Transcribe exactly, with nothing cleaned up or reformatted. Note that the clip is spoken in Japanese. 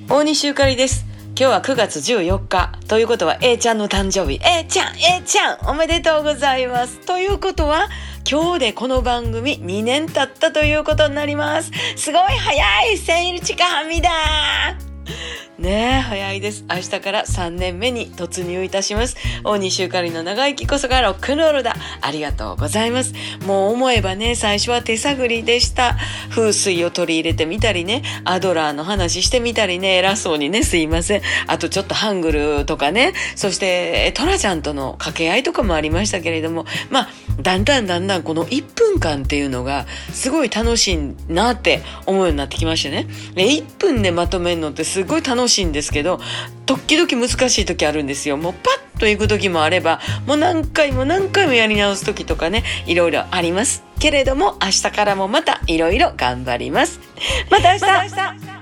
大西ゆかりです。今日はくがつじゅうよっかということは A ちゃんの誕生日。 A ちゃん A ちゃんおめでとうございます。ということは今日でこの番組にねん経ったということになります。すごい早い。セイルチカハミだねえ早いです。明日からさんねんめに突入いたします。大西ゆかりの長生きこそがロックンロールだ。ありがとうございます。もう思えばね、最初は手探りでした。風水を取り入れてみたりね、アドラーの話してみたりね、偉そうにね、すいません。あとちょっとハングルとかね、そしてトラちゃんとの掛け合いとかもありましたけれども、まあだんだんだんだんこのいっぷんかんっていうのがすごい楽しいなって思うようになってきましてね。いっぷんでまとめるのってすごい楽しいんですけど、時々難しい時あるんですよ。もうパッと行く時もあれば、もう何回も何回もやり直す時とかね、いろいろありますけれども、明日からもまたいろいろ頑張ります。また明日。また明日